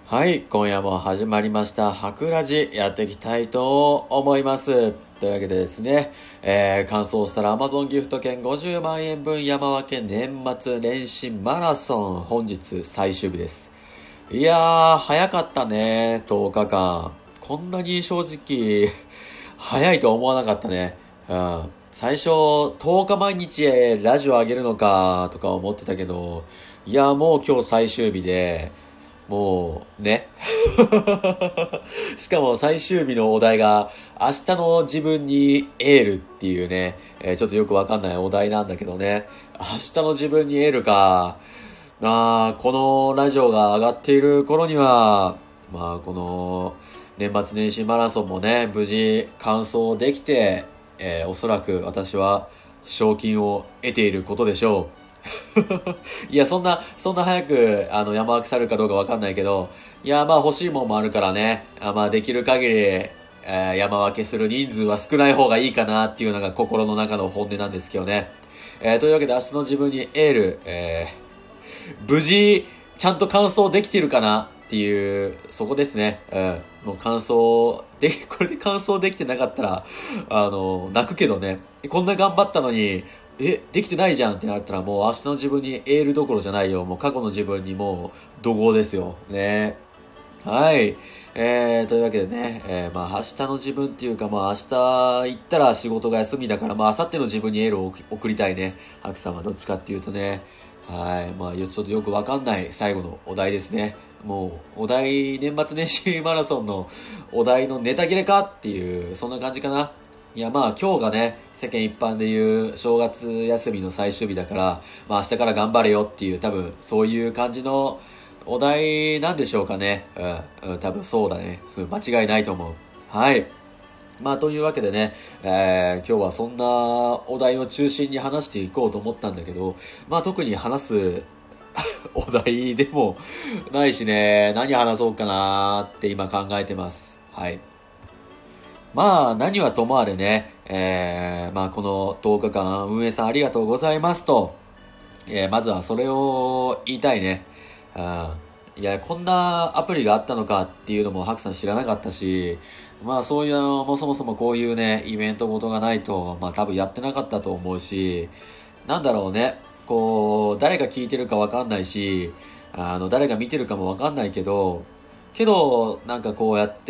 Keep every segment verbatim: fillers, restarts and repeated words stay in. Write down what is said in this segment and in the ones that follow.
はい、今夜も始まりました、白ラジ、やっていきたいと思います。というわけでですね、えー、完走したら Amazon ギフト券ごじゅうまんえん分山分け年末年始マラソン、本日最終日です。いやー、早かったね、とおかかん。こんなに正直、早いとは思わなかったね。うん。最初、とおか毎日ラジオ上げるのか、とか思ってたけど、いや、もう今日最終日で、もう、ね。しかも最終日のお題が、明日の自分にエールっていうね、えーちょっとよくわかんないお題なんだけどね。明日の自分にエールか。まあ、このラジオが上がっている頃には、まあ、この、年末年始マラソンもね、無事完走できて、えーおそらく私は賞金を得ていることでしょう。いや、そんな、そんな早く、あの、山分けされるかどうかわかんないけど、いや、まあ欲しいもんもあるからね、あまあできる限り、えー山分けする人数は少ない方がいいかなっていうのが心の中の本音なんですけどね。えーというわけで明日の自分にエール、えー無事、ちゃんと完走できてるかなっていう、そこですね。うん。もう完走、で、これで完走できてなかったら、あの、泣くけどね。こんな頑張ったのに、え、できてないじゃんってなったらもう明日の自分にエールどころじゃないよ。もう過去の自分にもう怒号ですよ。ね。はい。えー、というわけでね、えー、まあ明日の自分っていうか、まあ明日行ったら仕事が休みだから、まあ明後日の自分にエールを送送りたいね。ハクさんはどっちかっていうとね。はい。まあちょっとよくわかんない最後のお題ですね。もう、お題、年末年始マラソンのお題のネタ切れかっていう、そんな感じかな。いやまあ今日がね、世間一般でいう正月休みの最終日だから、まあ明日から頑張れよっていう多分そういう感じのお題なんでしょうかね。うん、うん、多分そうだね。そう間違いないと思う。はい。まあというわけでね、えー、今日はそんなお題を中心に話していこうと思ったんだけど、まあ特に話すお題でもないしね、何話そうかなーって今考えてます。はい。まあ、何はともあれね、えー、まあ、このとおかかん運営さんありがとうございますと、えー、まずはそれを言いたいね。うん。いや、こんなアプリがあったのかっていうのもハクさん知らなかったし、まあそういうのもそもそもこういうね、イベントごとがないと、まあ多分やってなかったと思うし、なんだろうね、こう、誰が聞いてるかわかんないし、あの、誰が見てるかもわかんないけど、けど、なんかこうやって、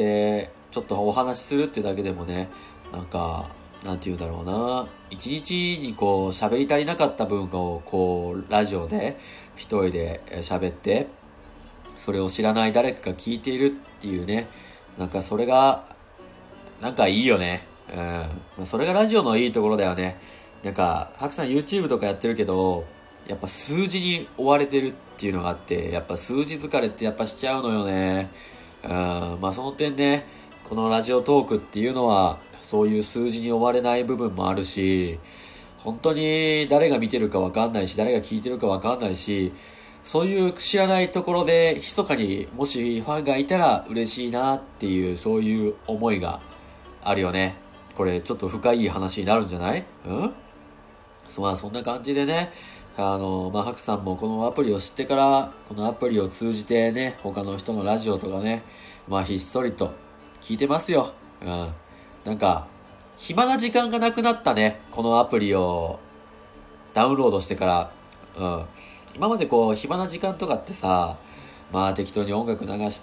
ちょっとお話しするってだけでもね、なんか、なんて言うんだろうな。一日にこう喋り足りなかった分をこうラジオで一人で喋って、それを知らない誰かが聞いているっていうね。なんかそれが、なんかいいよね。うん。まあそれがラジオのいいところだよね。なんか、ハクさん YouTube とかやってるけど、やっぱ数字に追われてるっていうのがあって、やっぱ数字疲れってやっぱしちゃうのよね。うん。まあその点ね、このラジオトークっていうのは、そういう数字に追われない部分もあるし、本当に誰が見てるかわかんないし、誰が聞いてるかわかんないし、そういう知らないところで、密かにもしファンがいたら嬉しいなっていう、そういう思いがあるよね。これちょっと深い話になるんじゃない？うんそまあそんな感じでね、あの、まあ、ハクさんもこのアプリを知ってから、このアプリを通じてね、他の人のラジオとかね、まあひっそりと聞いてますよ。うん。なんか、暇な時間がなくなったね。このアプリをダウンロードしてから。うん。今までこう、暇な時間とかってさ、まあ適当に音楽流して、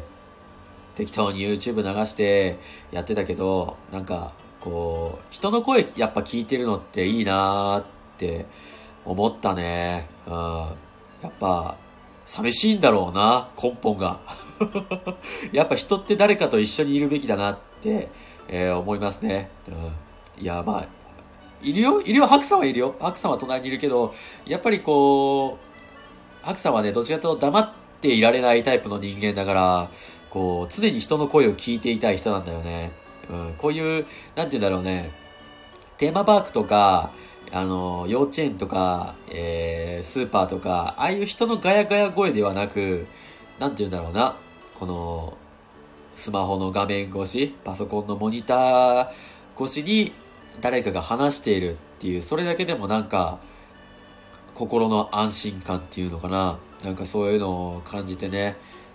適当に YouTube 流してやってたけど、なんか、こう、人の声やっぱ聞いてるのっていいなーって思ったね。うん。やっぱ、寂しいんだろうな、根本が。やっぱ人って誰かと一緒にいるべきだなって、えー思いますね。うん。いや、まあ、いるよいるよ白さんはいるよ白さんは隣にいるけど、やっぱりこう、白さんはね、どちらかというと黙っていられないタイプの人間だから、こう、常に人の声を聞いていたい人なんだよね。うん、こういう、なんて言うんだろうね、テーマパークとか、あの、幼稚園とか、えー、スーパーとか、ああいう人のガヤガヤ声ではなく、なんて言うんだろうな、この、スマホの画面越し、パソコンのモニター越しに誰かが話しているっていう、それだけでもなんか、心の安心感っていうのかな。なんかそういうのを感じてね。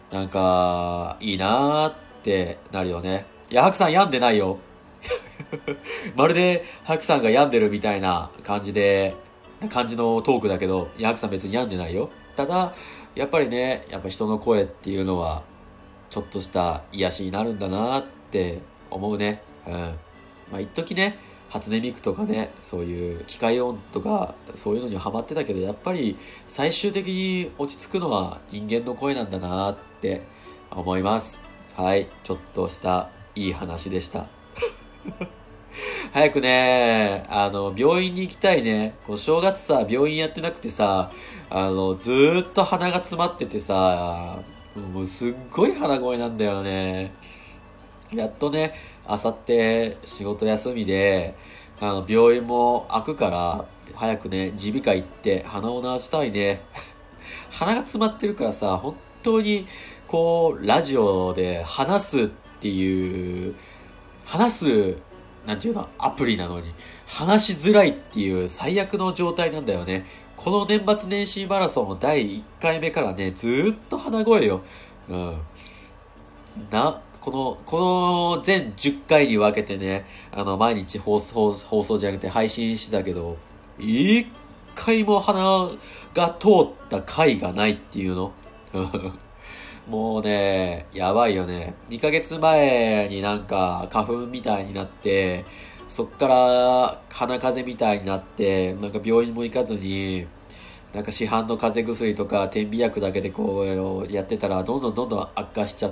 なんか、いいなーってなるよね。いや、ハクさん病んでないよ。まるで、ハクさんが病んでるみたいな感じで、感じのトークだけど、いや、ハクさん別に病んでないよ。ただ、やっぱりね、やっぱ人の声っていうのは、ちょっとした癒しになるんだなって思うね。うん。まあ、一時ね、初音ミクとかね、そういう機械音とか、そういうのにハマってたけど、やっぱり最終的に落ち着くのは人間の声なんだなって思います。はい。ちょっとしたいい話でした。早くね、あの、病院に行きたいね。こう正月さ、病院やってなくてさ、あの、ずーっと鼻が詰まっててさ、もうすっごい鼻声なんだよね。やっとね、あさって仕事休みで、あの、病院も開くから、早くね、耳鼻科行って鼻を治したいね。鼻が詰まってるからさ、本当に、こう、ラジオで話すっていう、話す、なんていうの、アプリなのに、話しづらいっていう最悪の状態なんだよね。この年末年始マラソンのだいいっかいめからね、ずーっと鼻声よ。うん。な、この、この全じゅっかいに分けてね、あの、毎日放送、放送じゃなくて配信してたけど、一回も鼻が通った回がないっていうの。もうね、やばいよね。にかげつまえになんか花粉みたいになって、そっから鼻風邪みたいになって、なんか病院も行かずに、なんか市販の風邪薬とか点鼻薬だけでこうやってたらどんどんどんどん悪化しちゃって、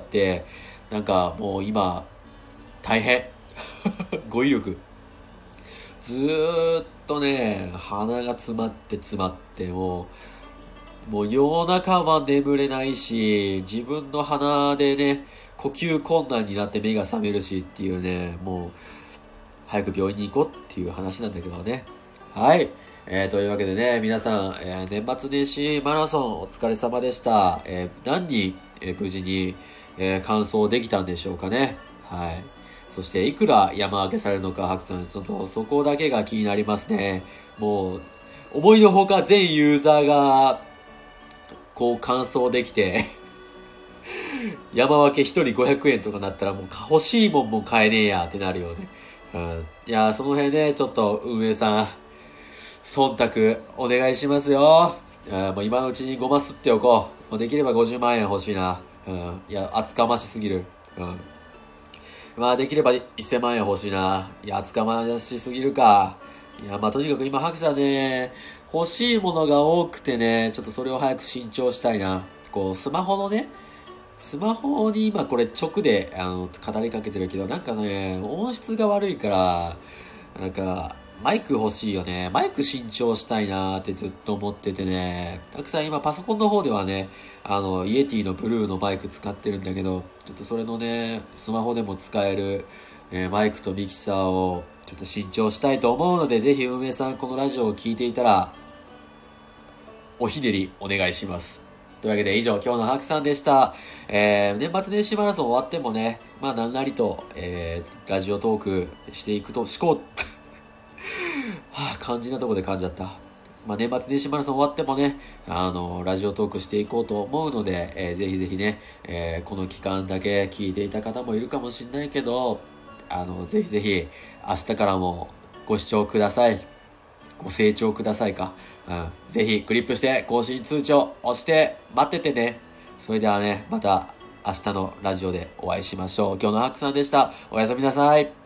なんかもう今大変。語彙力。ずーっとね、鼻が詰まって詰まってもう、もう夜中は眠れないし、自分の鼻でね、呼吸困難になって目が覚めるしっていうね、もう早く病院に行こうっていう話なんだけどね。はい。えー、というわけでね、皆さん、えー、年末年始マラソンお疲れ様でした。えー、何人、えー、無事に、えー、完走できたんでしょうかね。はい。そして、いくら山分けされるのか、白さん、ちょっとそこだけが気になりますね。もう、思いのほか全ユーザーが、こう、完走できて、山分け一人ごひゃくえんとかなったらもう欲しいもんも買えねえやってなるよね。うん、いや、その辺ね、ちょっと運営さん、忖度お願いしますよ。もう今のうちにごますっておこう。もうできればごじゅうまんえん欲しいな。うん。いや、厚かましすぎる。うん。まあできればせんまんえん欲しいな。いや、厚かましすぎるか。いや、まあとにかく今、白さんね、欲しいものが多くてね、ちょっとそれを早く新調したいな。こう、スマホのね、スマホに今これ直で、あの、語りかけてるけど、なんかね、音質が悪いから、なんか、マイク欲しいよね。マイク新調したいなーってずっと思っててね。たくさん今パソコンの方ではね、あの、イエティのブルーのマイク使ってるんだけど、ちょっとそれのね、スマホでも使える、えーマイクとミキサーをちょっと新調したいと思うので、ぜひ運営さんこのラジオを聞いていたら、おひねりお願いします。というわけで以上、今日のハクさんでした。えー、年末年始マラソン終わってもね、まあなんなりと、えー、ラジオトークしていくと、しこう。はぁ、肝心なとこで噛んじゃった。まあ、年末年始マラソン終わってもね、あの、ラジオトークしていこうと思うので、えーぜひぜひね、えーこの期間だけ聞いていた方もいるかもしれないけど、あの、ぜひぜひ、明日からもご視聴ください。ご清聴くださいか。うん。ぜひ、クリップして更新通知を押して待っててね。それではね、また明日のラジオでお会いしましょう。今日のハックさんでした。おやすみなさい。